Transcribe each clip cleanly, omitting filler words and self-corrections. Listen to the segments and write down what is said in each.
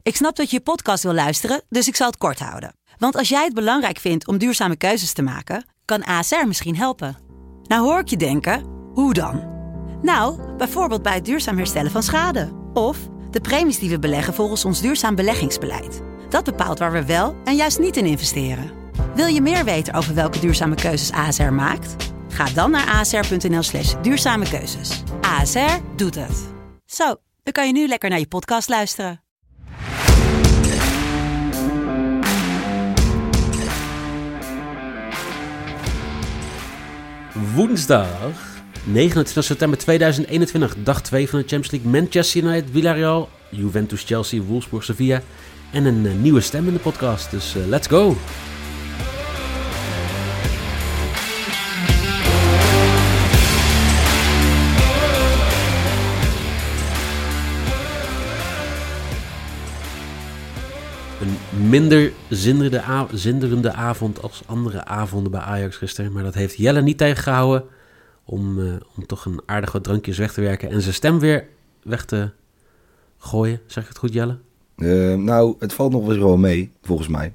Ik snap dat je podcast wil luisteren, dus ik zal het kort houden. Want als jij het belangrijk vindt om duurzame keuzes te maken, kan ASR misschien helpen. Nou hoor ik je denken, hoe dan? Nou, bijvoorbeeld bij het duurzaam herstellen van schade. Of de premies die we beleggen volgens ons duurzaam beleggingsbeleid. Dat bepaalt waar we wel en juist niet in investeren. Wil je meer weten over welke duurzame keuzes ASR maakt? Ga dan naar asr.nl/duurzame keuzes. ASR doet het. Zo, dan kan je nu lekker naar je podcast luisteren. Woensdag 29 september 2021, dag 2 van de Champions League. Manchester United, Villarreal, Juventus, Chelsea, Wolfsburg, Sevilla en een nieuwe stem in de podcast. Dus let's go! Een minder zinderende avond als andere avonden bij Ajax gisteren. Maar dat heeft Jelle niet tegengehouden om toch een aardig wat drankjes weg te werken en zijn stem weer weg te gooien. Zeg ik het goed, Jelle? Nou, het valt nog wel mee, volgens mij.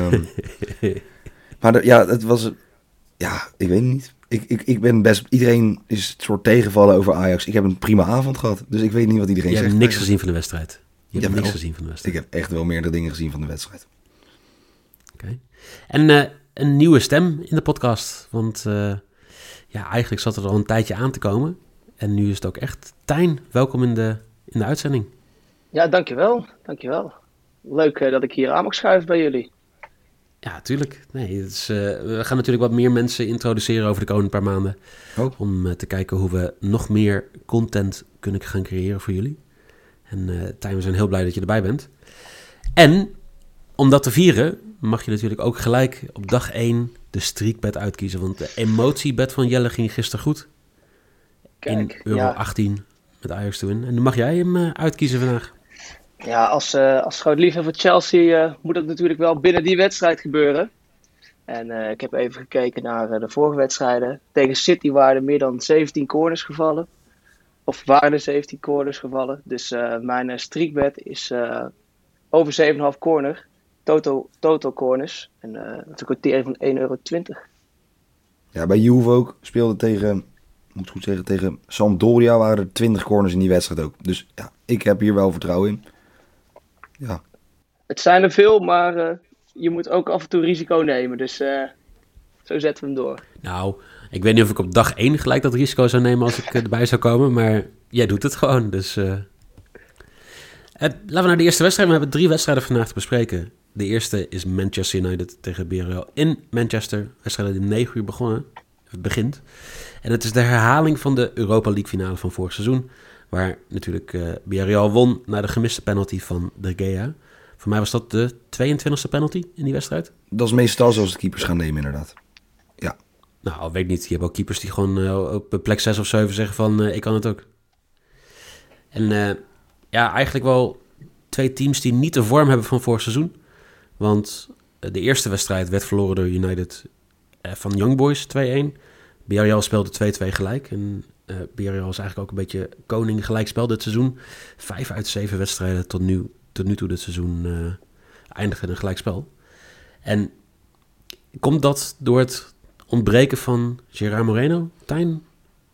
Maar het was... Ja, ik weet het niet. Ik ben best... Iedereen is een soort tegenvallen over Ajax. Ik heb een prima avond gehad, dus ik weet niet wat iedereen zegt. Je hebt niks gezien van de wedstrijd. Je hebt niks gezien van de wedstrijd. Ik heb echt wel meerdere dingen gezien van de wedstrijd. Oké. En een nieuwe stem in de podcast. Want eigenlijk zat er al een tijdje aan te komen. En nu is het ook echt. Tijn, welkom in de uitzending. Ja, dankjewel. Leuk dat ik hier aan mag schuiven bij jullie. Ja, tuurlijk. Nee, we gaan natuurlijk wat meer mensen introduceren over de komende paar maanden. Oh. Om te kijken hoe we nog meer content kunnen gaan creëren voor jullie. En Tijn, we zijn heel blij dat je erbij bent. En om dat te vieren mag je natuurlijk ook gelijk op dag 1 de streakbet uitkiezen. Want de emotiebet van Jelle ging gisteren goed. Kijk, in euro 18 met Ajax te winnen. En dan mag jij hem uitkiezen vandaag. Ja, als groot liefhebber van Chelsea moet dat natuurlijk wel binnen die wedstrijd gebeuren. En ik heb even gekeken naar de vorige wedstrijden. Tegen City waren er meer dan 17 corners gevallen. Of waren er 17 corners gevallen. Dus mijn streakbet is over 7,5 corner. Total corners. En dat is een kwartier van €1,20. Ja, bij Juve ook speelde tegen Sampdoria waren er 20 corners in die wedstrijd ook. Dus ja, ik heb hier wel vertrouwen in. Ja. Het zijn er veel, maar je moet ook af en toe risico nemen. Dus zo zetten we hem door. Nou, ik weet niet of ik op dag 1 gelijk dat risico zou nemen als ik erbij zou komen. Maar jij doet het gewoon, dus... Laten we naar de eerste wedstrijd. We hebben 3 wedstrijden vandaag te bespreken. De eerste is Manchester United tegen Villarreal in Manchester. De wedstrijd die om 9 uur begint. En het is de herhaling van de Europa League finale van vorig seizoen. Waar natuurlijk Villarreal won na de gemiste penalty van De Gea. Voor mij was dat de 22e penalty in die wedstrijd. Dat is meestal zoals de keepers gaan nemen, inderdaad. Ja. Nou, weet ik niet. Je hebt ook keepers die gewoon op plek 6 of 7 zeggen van ik kan het ook. En eigenlijk wel 2 teams die niet de vorm hebben van vorig seizoen. Want de eerste wedstrijd werd verloren door United van Young Boys 2-1. Villarreal speelde 2-2 gelijk. En Villarreal is eigenlijk ook een beetje koning gelijkspel dit seizoen. 5 uit 7 wedstrijden tot nu toe dit seizoen eindigen in een gelijkspel. En komt dat door het ontbreken van Gerard Moreno, Tijn?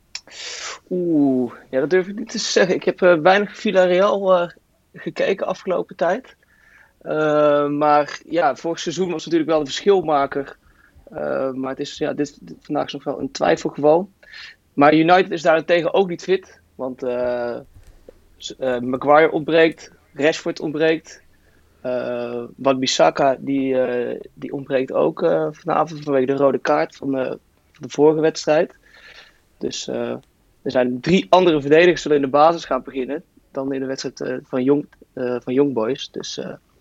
Ja, dat durf ik niet te zeggen. Ik heb weinig Villarreal gekeken afgelopen tijd. Maar ja, vorig seizoen was natuurlijk wel een verschilmaker. Maar het is, vandaag is nog wel een twijfelgeval. Maar United is daarentegen ook niet fit. Want Maguire ontbreekt, Rashford ontbreekt. Wan-Bissaka die ontbreekt ook vanavond vanwege de rode kaart van de vorige wedstrijd. Dus er zijn 3 andere verdedigers zullen in de basis gaan beginnen dan in de wedstrijd van Young Boys. Dus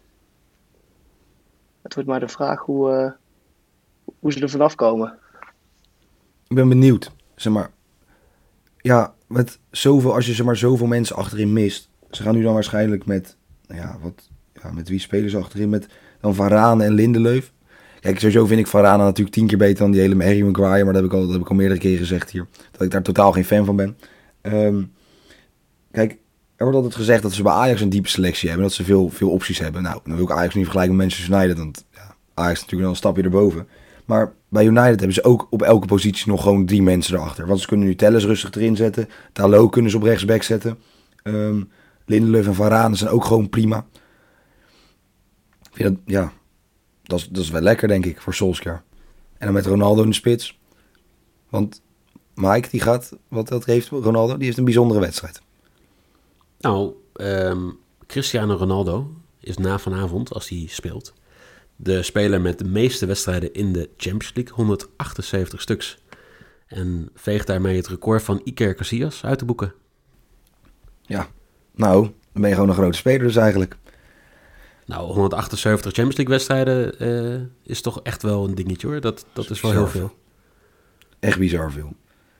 het wordt maar de vraag hoe ze er vanaf komen. Ik ben benieuwd. Zeg maar, ja, als je zoveel mensen achterin mist. Ze gaan nu dan waarschijnlijk met wie spelen ze achterin? Met dan Varane en Lindelöf. Kijk, sowieso vind ik Varane natuurlijk 10 keer beter dan die hele Harry Maguire. Maar dat heb ik al meerdere keren gezegd hier. Dat ik daar totaal geen fan van ben. Kijk, Er wordt altijd gezegd dat ze bij Ajax een diepe selectie hebben. Dat ze veel opties hebben. Nou, dan wil ik Ajax niet vergelijken met Manchester United. Want ja, Ajax is natuurlijk wel een stapje erboven. Maar bij United hebben ze ook op elke positie nog gewoon 3 mensen erachter. Want ze kunnen nu Telles rustig erin zetten. Dalot kunnen ze op rechtsback zetten. Lindelöf en Varane zijn ook gewoon prima. Ik vind dat, ja, dat is wel lekker, denk ik, voor Solskjaer. En dan met Ronaldo in de spits. Want Mike, die gaat, wat dat heeft, Ronaldo, die heeft een bijzondere wedstrijd. Nou, Cristiano Ronaldo is na vanavond, als hij speelt, de speler met de meeste wedstrijden in de Champions League, 178 stuks. En veegt daarmee het record van Iker Casillas uit de boeken. Ja, nou, dan ben je gewoon een grote speler dus eigenlijk. Nou, 178 Champions League wedstrijden is toch echt wel een dingetje hoor. Dat is wel heel veel. Echt bizar veel.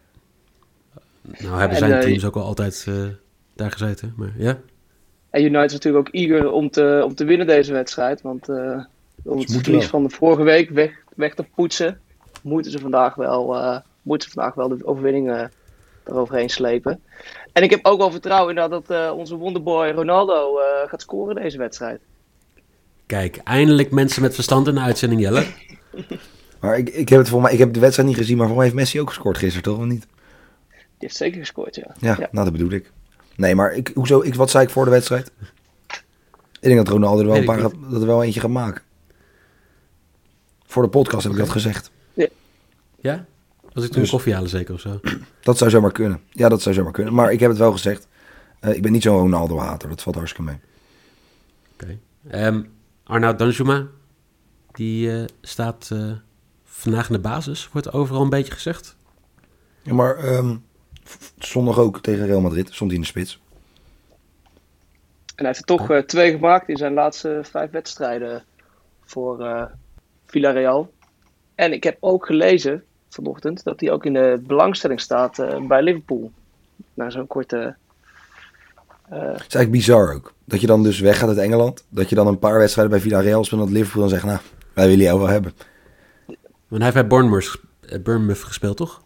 Nou hebben zijn teams ook al altijd daar gezeten, maar ja. En United is natuurlijk ook eager om te winnen deze wedstrijd. Want om het verlies van de vorige week weg te poetsen, moeten ze vandaag wel de overwinning eroverheen slepen. En ik heb ook wel vertrouwen in dat onze wonderboy Ronaldo gaat scoren deze wedstrijd. Kijk, eindelijk mensen met verstand in de uitzending, Jelle. Maar ik heb de wedstrijd niet gezien, maar voor mij heeft Messi ook gescoord gisteren, toch? Of niet? Die heeft zeker gescoord, ja. Ja, nou dat bedoel ik. Nee, maar wat zei ik voor de wedstrijd? Ik denk dat Ronaldo er wel eentje gaat maken. Voor de podcast heb ik dat gezegd. Ja? Was ik toen koffie halen zeker of zo? Dat zou zomaar kunnen. Ja, dat zou zomaar kunnen. Maar ik heb het wel gezegd. Ik ben niet zo'n Ronaldo-hater. Dat valt hartstikke mee. Oké. Arnaud Danjuma, die staat vandaag in de basis. Wordt overal een beetje gezegd. Ja, maar zondag ook tegen Real Madrid. Stond hij in de spits. En hij heeft er toch 2 gemaakt in zijn laatste 5 wedstrijden voor Villarreal. En ik heb ook gelezen vanochtend dat hij ook in de belangstelling staat bij Liverpool. Na zo'n korte... Het is eigenlijk bizar ook. Dat je dan dus weggaat uit Engeland. Dat je dan een paar wedstrijden bij Villarreal speelt. En dat Liverpool dan zegt, nou, wij willen jou wel hebben. Maar hij heeft bij Bournemouth gespeeld, toch?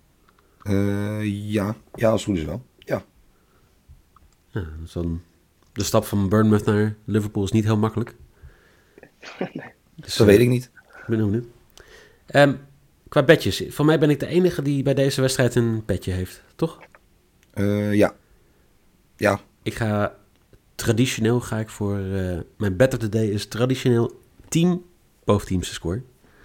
Ja, als het goed is wel. Ja. Dus dan de stap van Bournemouth naar Liverpool is niet heel makkelijk. Nee. Dus, dat weet ik niet. Ik ben benieuwd. Qua bedjes. Van mij ben ik de enige die bij deze wedstrijd een bedje heeft, toch? Ja. Ja. Traditioneel ga ik voor... mijn bet of the day is traditioneel team boven teamse score.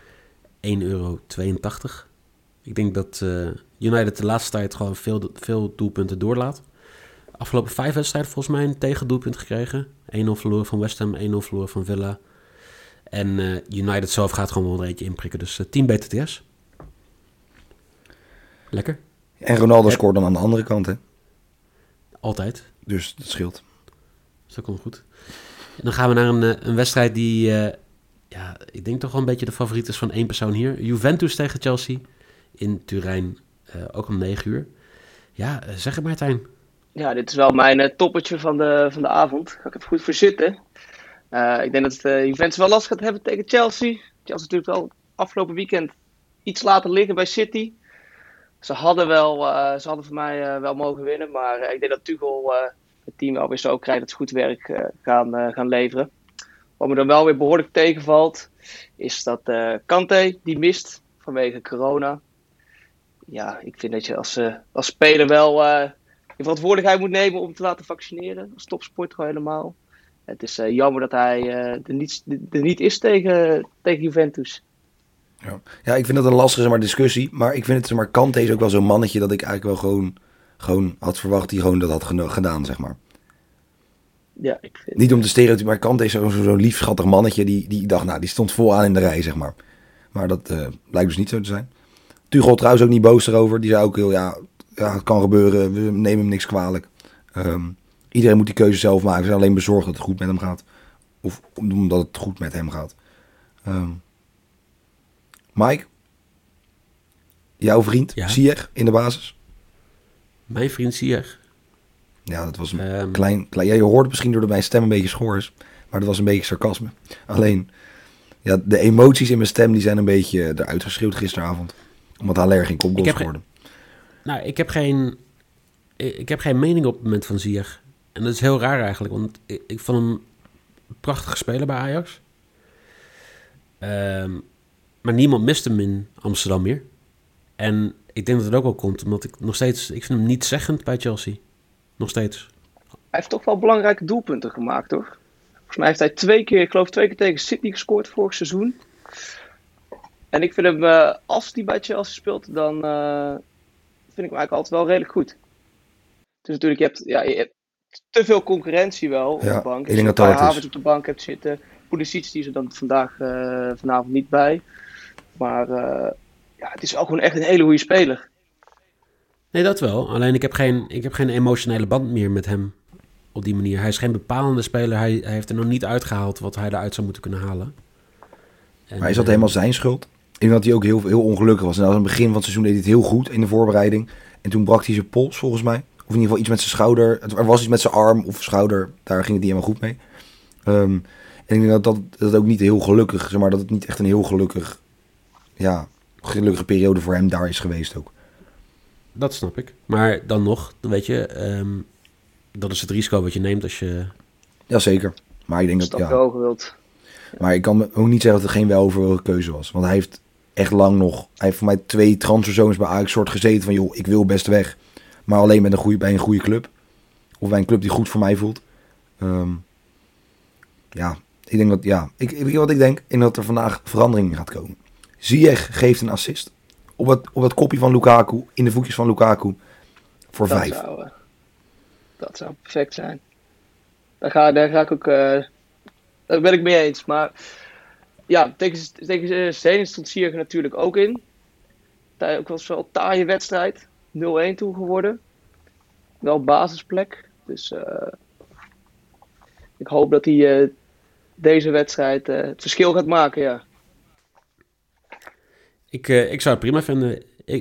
€1,82. Ik denk dat United de laatste tijd gewoon veel doelpunten doorlaat. Afgelopen 5 wedstrijden volgens mij een tegendoelpunt gekregen. 1-0 verloren van West Ham, 1-0 verloren van Villa. En United zelf gaat gewoon wel een eentje inprikken. Dus team BTTS. Lekker. En Ronaldo scoort dan aan de andere kant, hè? Altijd. Dus dat scheelt. Dus dat komt goed. En dan gaan we naar een wedstrijd die... ik denk toch wel een beetje de favoriet is van 1 persoon hier. Juventus tegen Chelsea in Turijn. Ook om 9 uur. Ja, zeg het maar, Tijn. Ja, dit is wel mijn toppertje van de avond. Ga ik even goed voor zitten. Ik denk dat Juventus wel last gaat hebben tegen Chelsea. Chelsea natuurlijk wel afgelopen weekend iets laten liggen bij City. Ze hadden voor mij wel mogen winnen. Maar ik denk dat Tuchel het team wel weer zo krijgt dat ze goed werk gaan leveren. Wat me dan wel weer behoorlijk tegenvalt, is dat Kanté die mist vanwege corona. Ja, ik vind dat je als speler wel je verantwoordelijkheid moet nemen om te laten vaccineren. Als topsporter gewoon helemaal. Het is jammer dat hij er niet is tegen Juventus. Ja, ik vind dat een lastige discussie. Maar ik vind het, Kanté is ook wel zo'n mannetje dat ik eigenlijk wel gewoon had verwacht die gewoon dat had gedaan, zeg maar. Ja, ik vind... Niet om te stereotypen, maar Kanté is zo'n lief, schattig mannetje die dacht, nou, die stond vooraan in de rij, zeg maar. Maar dat blijkt dus niet zo te zijn. Tuchel trouwens ook niet boos erover. Die zei ook heel, ja, het kan gebeuren, we nemen hem niks kwalijk. Iedereen moet die keuze zelf maken. Ze zijn alleen bezorgd dat het goed met hem gaat. Of omdat het goed met hem gaat. Mike? Jouw vriend, Ziyech, in de basis? Mijn vriend Ziyech? Ja, dat was een klein... Ja, je hoorde misschien door mijn stem een beetje schor is. Maar dat was een beetje sarcasme. Alleen, ja, de emoties in mijn stem die zijn een beetje eruit geschreeuwd gisteravond. Omdat Haller geen kopgoal scoorde. Ik heb geen mening op het moment van Ziyech. En dat is heel raar eigenlijk, want ik vond hem een prachtige speler bij Ajax. Maar niemand mist hem in Amsterdam meer. En ik denk dat het ook wel komt, omdat ik vind hem niet zeggend bij Chelsea. Nog steeds. Hij heeft toch wel belangrijke doelpunten gemaakt, toch? Volgens mij heeft hij 2 keer tegen City gescoord vorig seizoen. En ik vind hem, als hij bij Chelsea speelt, dan vind ik hem eigenlijk altijd wel redelijk goed. Dus natuurlijk, je hebt te veel concurrentie wel op de bank. Ik denk dat Als je dat het Havertz is. op de bank hebt zitten. Pulisic die is er dan vanavond niet bij. Maar het is wel gewoon echt een hele goede speler. Nee, dat wel. Alleen ik heb geen emotionele band meer met hem op die manier. Hij is geen bepalende speler. Hij heeft er nog niet uitgehaald wat hij eruit zou moeten kunnen halen. En, Maar is dat helemaal zijn schuld? Ik denk dat hij ook heel ongelukkig was. En aan het begin van het seizoen deed hij het heel goed in de voorbereiding. En toen brak hij zijn pols, volgens mij. Of in ieder geval iets met zijn schouder. Er was iets met zijn arm of schouder. Daar ging het niet helemaal goed mee. En ik denk dat ook niet heel gelukkig, zeg maar, dat het niet echt een heel gelukkige periode voor hem daar is geweest ook. Dat snap ik. Maar dan nog, weet je, dat is het risico wat je neemt als je... Jazeker. Maar ik denk Als dat, dat wel gewild. Maar ik kan ook niet zeggen dat het geen weloverwogen keuze was. Want hij heeft echt lang nog... Hij heeft voor mij 2 transferzones bij Ajax soort gezeten van... joh, ik wil best weg. Maar alleen bij een goede club. Of bij een club die goed voor mij voelt. Ik denk dat... Ja, wat ik denk... In dat er vandaag verandering gaat komen. Ziyech geeft een assist. Op dat kopje van Lukaku. In de voetjes van Lukaku. Voor 5. Dat zou perfect zijn. Daar ga ik ook... Daar ben ik mee eens. Maar ja, tegen Zenit stond Ziyech natuurlijk ook in. Ook wel een taaie wedstrijd. 0-1 toe geworden. Wel basisplek. Dus ik hoop dat hij deze wedstrijd het verschil gaat maken, ja. Ik zou het prima vinden.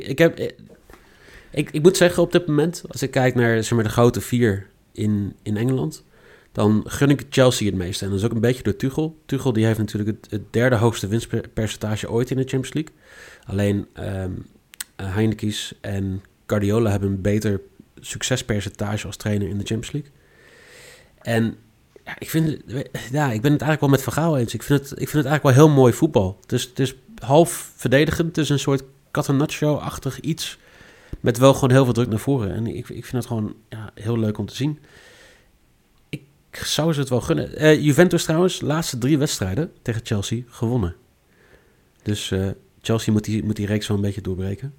Ik moet zeggen, op dit moment, als ik kijk naar zeg maar, de grote 4 in Engeland, dan gun ik Chelsea het meeste. En dat is ook een beetje door Tuchel. Tuchel die heeft natuurlijk het 3e hoogste winstpercentage ooit in de Champions League. Alleen Heinkes en Guardiola hebben een beter succespercentage als trainer in de Champions League. En ja, ik ben het eigenlijk wel met Van Gaal eens. Ik vind het eigenlijk wel heel mooi voetbal. Het is half verdedigend. Het is een soort Catenaccio-achtig iets. Met wel gewoon heel veel druk naar voren. En ik vind het gewoon heel leuk om te zien. Ik zou ze het wel gunnen. Juventus trouwens, laatste 3 wedstrijden tegen Chelsea gewonnen. Dus Chelsea moet die reeks wel een beetje doorbreken.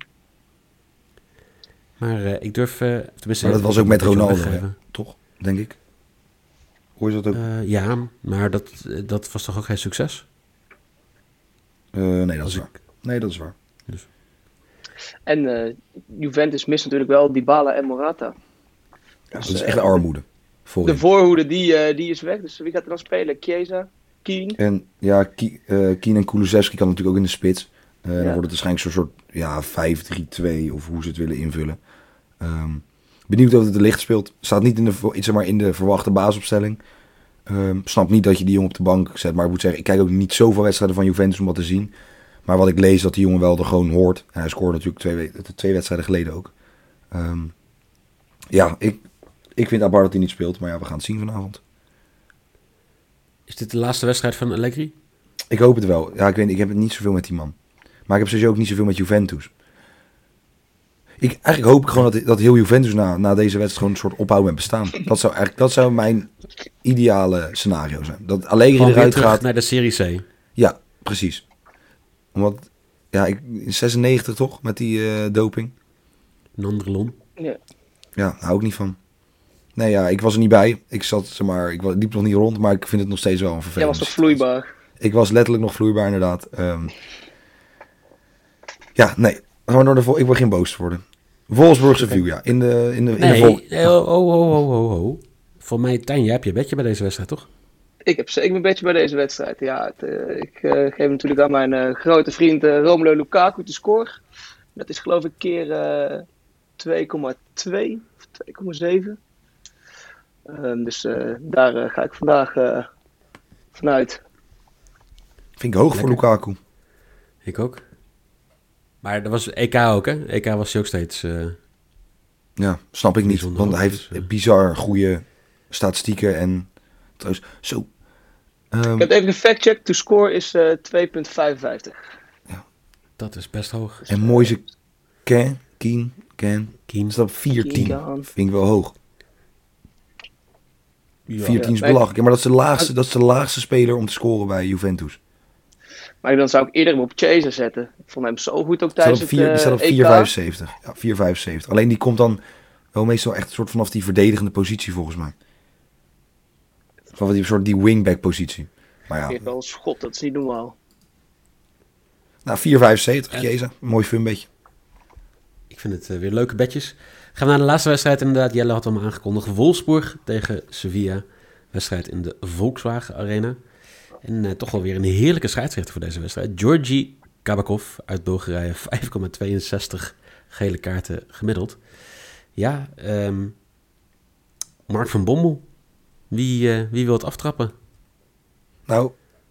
Maar ik durf... tenminste, Maar dat was ook met Ronaldo, toch? Denk ik. Hoe is dat ook? Ja, maar dat was toch ook geen succes? Nee, dat is waar. Nee, dat is waar. Dus. En Juventus mist natuurlijk wel Dybala en Morata. Ja, dus, dat is echt armoede. De voorhoede die is weg. Dus wie gaat er dan spelen? Chiesa? Keane? En ja, Keane en Kulusevski kan natuurlijk ook in de spits. Dan wordt het waarschijnlijk zo'n soort 5-3-2 of hoe ze het willen invullen. Benieuwd of het er licht speelt. Staat niet in de verwachte basisopstelling. Snap niet dat je die jongen op de bank zet. Maar ik moet zeggen, ik kijk ook niet zoveel wedstrijden van Juventus om wat te zien. Maar wat ik lees, dat die jongen wel er gewoon hoort. En hij scoorde natuurlijk 2 wedstrijden geleden ook. Ik vind apart dat hij niet speelt. Maar ja, we gaan het zien vanavond. Is dit de laatste wedstrijd van Allegri? Ik hoop het wel. Ja, ik heb het niet zoveel met die man. Maar ik heb sowieso ook niet zoveel met Juventus. Eigenlijk hoop ik gewoon dat heel Juventus na deze wedstrijd gewoon een soort ophouden met bestaan. Dat zou mijn ideale scenario zijn. Dat Allegri eruit gaat naar de Serie C. Ja, precies. Omdat, in 96 toch, met die doping. Nandrelon. Ja. Ja, daar hou ik niet van. Nee, ja, ik was er niet bij. Ik liep nog niet rond, maar ik vind het nog steeds wel een vervelend. Jij was toch vloeibaar? Ik was letterlijk nog vloeibaar, inderdaad. Ik begin boos te worden. Wolfsburgse view, ja. In de Voor mij, Tijn, jij hebt je bedje bij deze wedstrijd, toch? Ik heb zeker mijn bedje bij deze wedstrijd. Ja, ik geef natuurlijk aan mijn grote vriend Romelu Lukaku te score. Dat is geloof ik keer 2,2 of 2,7. Dus daar ga ik vandaag vanuit. Vind ik hoog voor Lukaku. Ik ook. Maar dat was EK ook, hè? EK was hij ook steeds... ja, snap ik niet. Want hij heeft bizar goede statistieken en trouwens, zo. Ik heb even gefact-check. To score is 2,55. Dat is best hoog. En Moise Kean staat op 14. Kean. Vind ik wel hoog. Ja. 14 is Ja, belachelijk. Ja, maar dat is de laagste speler om te scoren bij Juventus. Maar dan zou ik eerder hem op Chaser zetten. Ik vond hem zo goed ook Die tijdens staat op het 4,75. EK. Ja, 4,75. Alleen die komt dan wel meestal echt een soort vanaf die verdedigende positie volgens mij. Van die soort die wingback positie. Maar Die ja, heeft wel een schot, dat is niet normaal. nou 4,75. Jezus, mooi fun beetje. Ik vind het weer leuke bedjes. Gaan we naar de laatste wedstrijd. Inderdaad, Jelle had hem aangekondigd. Wolfsburg tegen Sevilla. Wedstrijd in de Volkswagen Arena. En toch wel weer een heerlijke scheidsrechter voor deze wedstrijd. Georgi Kabakov uit Bulgarije. 5,62 gele kaarten gemiddeld. Ja, Mark van Bommel. Wie wil het aftrappen? Nou,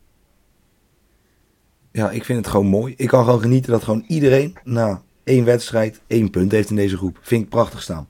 ja, ik vind het gewoon mooi. Ik kan gewoon genieten dat gewoon iedereen na 1 wedstrijd 1 punt heeft in deze groep. Vind ik prachtig staan.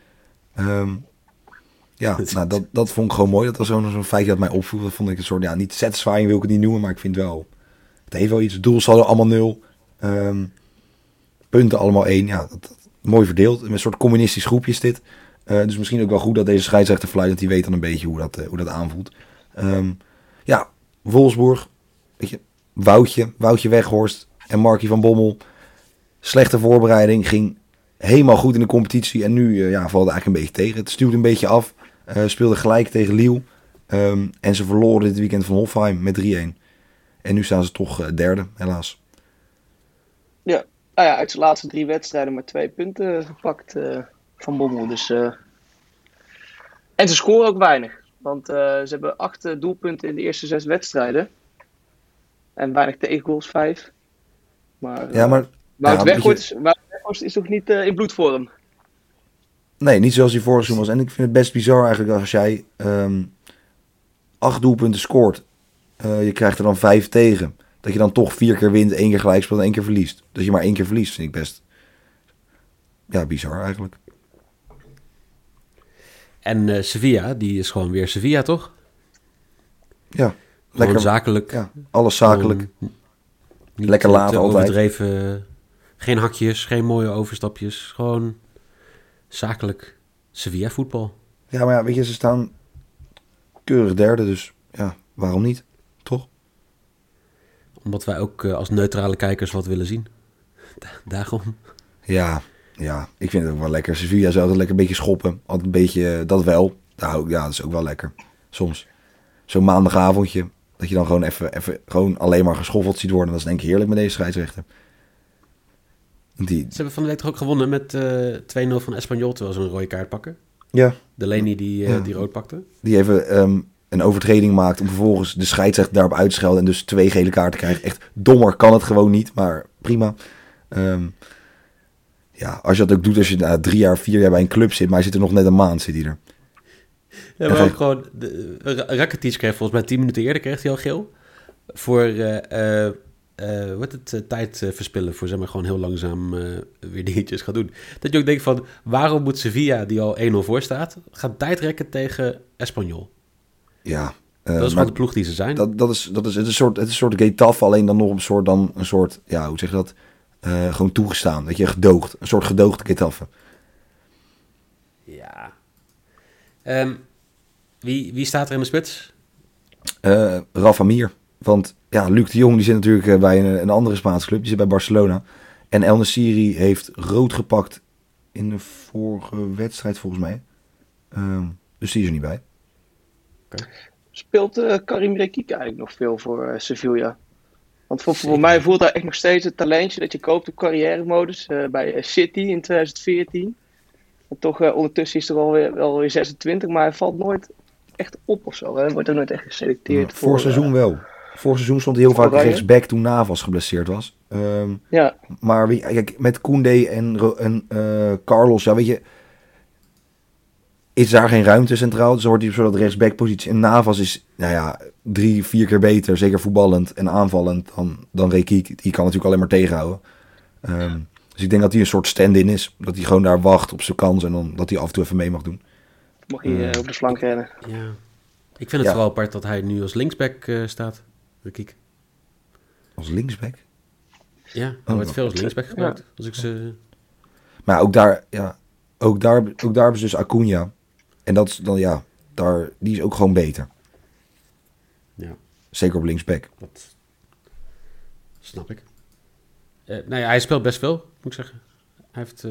Ja, nou, dat vond ik gewoon mooi. Dat was zo'n feitje dat mij opviel. Dat vond ik een soort, ja, niet satisfying wil ik het niet noemen, maar ik vind wel, het heeft wel iets. Doelsaldo allemaal 0. Punten allemaal 1. Ja, mooi verdeeld. Een soort communistisch groepje is dit. Dus misschien ook wel goed dat deze scheidsrechter fluit, dat hij weet dan een beetje hoe dat aanvoelt. Ja, Wolfsburg. Weet je, Woutje Weghorst en Markie van Bommel. Slechte voorbereiding, ging helemaal goed in de competitie. En nu valt het eigenlijk een beetje tegen. Het stuwt een beetje af. Speelde gelijk tegen Lille. En ze verloren dit weekend van Hoffenheim met 3-1. En nu staan ze toch derde, helaas. Ja, nou ja, uit zijn laatste 3 wedstrijden maar 2 punten gepakt van Bommel. Dus, en ze scoren ook weinig. Want ze hebben 8 doelpunten in de eerste 6 wedstrijden. En weinig tegengoals, 5. Maar, Ja, maar Wout Weghorst is toch niet in bloedvorm? nee, niet zoals hij vorig seizoen was. En ik vind het best bizar eigenlijk als jij 8 doelpunten scoort. Je krijgt er dan 5 tegen. Dat je dan toch 4 keer wint, 1 keer gelijk speelt en 1 keer verliest. Dat je maar 1 keer verliest, vind ik best bizar eigenlijk. En Sevilla, die is gewoon weer Sevilla, toch? Ja, Gewoon lekker zakelijk. Ja, alles zakelijk. Gewoon niet Lekker laat te altijd. overdreven. Geen hakjes, geen mooie overstapjes. Gewoon zakelijk Sevilla voetbal. Ja, maar ja, weet je, ze staan keurig derde, dus ja, waarom niet? Toch? Omdat wij ook als neutrale kijkers wat willen zien. Daarom. Ja, ik vind het ook wel lekker. Sevilla is altijd lekker een beetje schoppen. Altijd een beetje, dat wel. Nou, ja, dat is ook wel lekker. Soms. Zo'n maandagavondje, dat je dan gewoon even gewoon alleen maar geschoffeld ziet worden. Dat is denk ik heerlijk met deze scheidsrechter. Ze hebben van de week toch ook gewonnen met 2-0 van Espanyol, terwijl ze een rode kaart pakken. Ja. Delaney die rood pakte. Die even een overtreding maakt om vervolgens de scheidsrechter daarop uit te schelden en dus 2 gele kaarten krijgt. Echt dommer kan het gewoon niet, maar prima. Ja, als je dat ook doet als je 3 jaar, 4 jaar bij een club zit, maar hij zit er nog net een maand, zit hij er. Ja, maar ook gewoon, Rakitic kreeg volgens mij 10 minuten eerder kreeg hij al geel. Voor tijd verspillen, voor zeg maar gewoon heel langzaam weer dingetjes gaan doen. Dat je ook denkt van, waarom moet Sevilla, die al 1-0 voor staat, gaan tijdrekken tegen Espanyol? Ja. Dat is gewoon de ploeg die ze zijn. Het is een soort Getafe, alleen dan nog een soort, ja, hoe zeg je dat? Gewoon toegestaan, weet je, gedoogd. Een soort gedoogde Getafe. Ja. Wie staat er in de spits? Rafa Mir. Want ja, Luc de Jong die zit natuurlijk bij een andere Spaanse club. Die zit bij Barcelona. En El Nessiri heeft rood gepakt in de vorige wedstrijd volgens mij. Dus die is er niet bij. Okay. Speelt Karim Rekik eigenlijk nog veel voor Sevilla? Want voor mij voelt hij echt nog steeds het talentje dat je koopt op carrière-modus bij City in 2014. En toch ondertussen is hij wel weer 26, maar hij valt nooit echt op of zo. Hij wordt ook nooit echt geselecteerd. Ja, voor seizoen wel. Voor seizoen stond hij heel vaak rechtsback toen Navas geblesseerd was. Ja. Maar kijk, met Koundé en Carlos, ja, weet je, is daar geen ruimte centraal. Dus dan wordt hij op zo'n rechtsback-positie. En Navas is, 3-4 keer beter, zeker voetballend en aanvallend dan Rekik. Die kan natuurlijk alleen maar tegenhouden. Dus ik denk dat hij een soort stand-in is. Dat hij gewoon daar wacht op zijn kans en dan dat hij af en toe even mee mag doen. Mocht hij op de flank rennen. Ja. Ik vind het vooral apart dat hij nu als linksback staat. Kijk. Als linksback? Ja, hij wordt veel als linksback gebruikt. Ja. Als ik ze... Maar ook daar hebben ze dus Acuna. En dat is dan, die is ook gewoon beter. Ja. Zeker op linksback. Dat snap ik. Hij speelt best veel, moet ik zeggen. Hij heeft...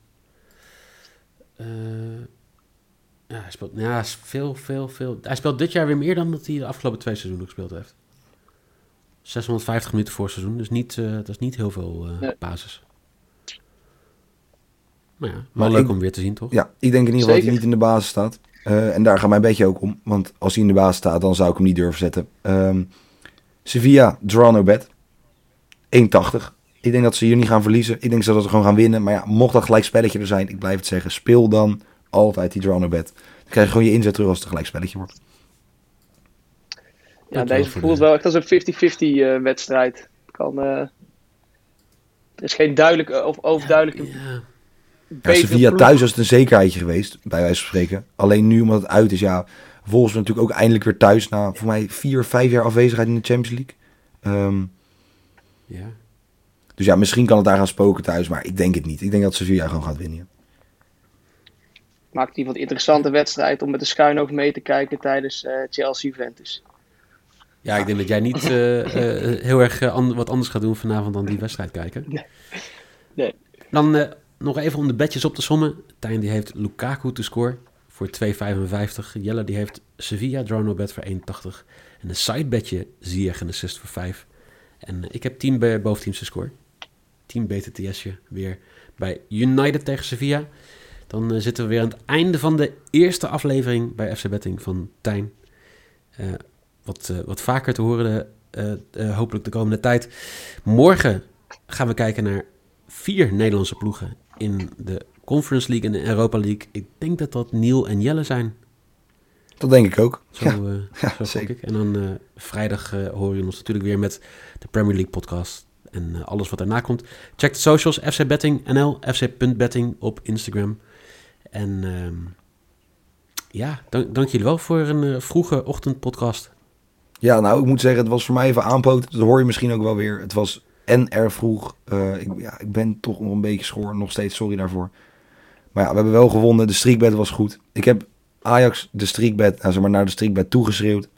hij speelt veel. Hij speelt dit jaar weer meer dan dat hij de afgelopen 2 seizoenen gespeeld heeft. 650 minuten voor seizoen, dus dat is niet heel veel basis. Maar ja, wel leuk om weer te zien, toch? Ja, ik denk in ieder geval dat hij niet in de basis staat. En daar gaat mijn beetje ook om. Want als hij in de basis staat, dan zou ik hem niet durven zetten. Sevilla, draw no bet. 1,80. Ik denk dat ze hier niet gaan verliezen. Ik denk dat ze gewoon gaan winnen. Maar ja, mocht dat gelijk spelletje er zijn, ik blijf het zeggen, speel dan altijd die draw no bet. Dan krijg je gewoon je inzet terug als het een gelijk spelletje wordt. Ja, deze voelt wel echt als een 50-50 wedstrijd. Er is geen duidelijke of overduidelijke... Sevilla thuis was het een zekerheidje geweest, bij wijze van spreken. Alleen nu, omdat het uit is, volgens natuurlijk ook eindelijk weer thuis na, voor mij, 4-5 jaar afwezigheid in de Champions League. Dus misschien kan het daar gaan spoken thuis, maar ik denk het niet. Ik denk dat Sevilla gewoon gaat winnen. Maakt het in ieder geval een interessante wedstrijd om met de schuin oog mee te kijken tijdens Chelsea-Juventus. Ja, ik denk dat jij niet heel erg wat anders gaat doen vanavond dan die wedstrijd kijken. Nee. Dan nog even om de bedjes op te sommen. Tijn die heeft Lukaku te scoren voor 2,55. Jelle die heeft Sevilla draw no bet voor 1,80. En een sidebedje Ziyech en assist voor 5. En ik heb 10 boventeams te scoren. 10 BTTS'je weer bij United tegen Sevilla. Dan zitten we weer aan het einde van de eerste aflevering bij FC Betting van Tijn. Wat vaker te horen hopelijk de komende tijd. Morgen gaan we kijken naar 4 Nederlandse ploegen in de Conference League en de Europa League. Ik denk dat dat Niel en Jelle zijn. Dat denk ik ook. Zo zeker. Ik. En dan vrijdag hoor je ons natuurlijk weer met de Premier League podcast en alles wat daarna komt. Check de socials, FC Betting NL, fc.betting op Instagram. En dank jullie wel voor een vroege ochtendpodcast. Ja, nou, ik moet zeggen, het was voor mij even aanpoten. Dat hoor je misschien ook wel weer. Het was erg vroeg. Ik ben toch nog een beetje schoor. Nog steeds, sorry daarvoor. Maar ja, we hebben wel gewonnen. De streakbet was goed. Ik heb Ajax de streakbet, naar de streakbet toegeschreeuwd.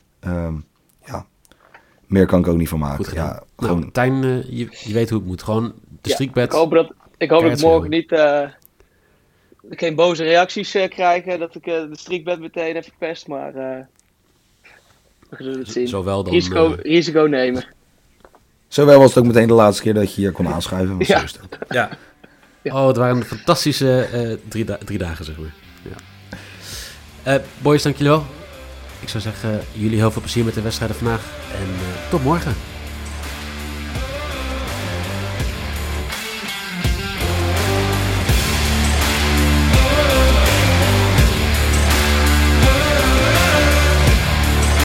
Meer kan ik ook niet van maken. Goed gedaan. Gewoon... Tijn, je weet hoe het moet. Gewoon de streakbet. Ik hoop dat ik morgen niet... geen boze reacties krijgen. Dat ik de streakbet meteen heb verpest. Maar we zullen het zien. Zowel dan, risico nemen. Zowel was het ook meteen de laatste keer dat je hier kon aanschuiven. Ja. Oh, het waren fantastische 3 dagen, zeg maar. Ja. Boys, dank jullie wel. Ik zou zeggen, jullie heel veel plezier met de wedstrijden vandaag. En tot morgen.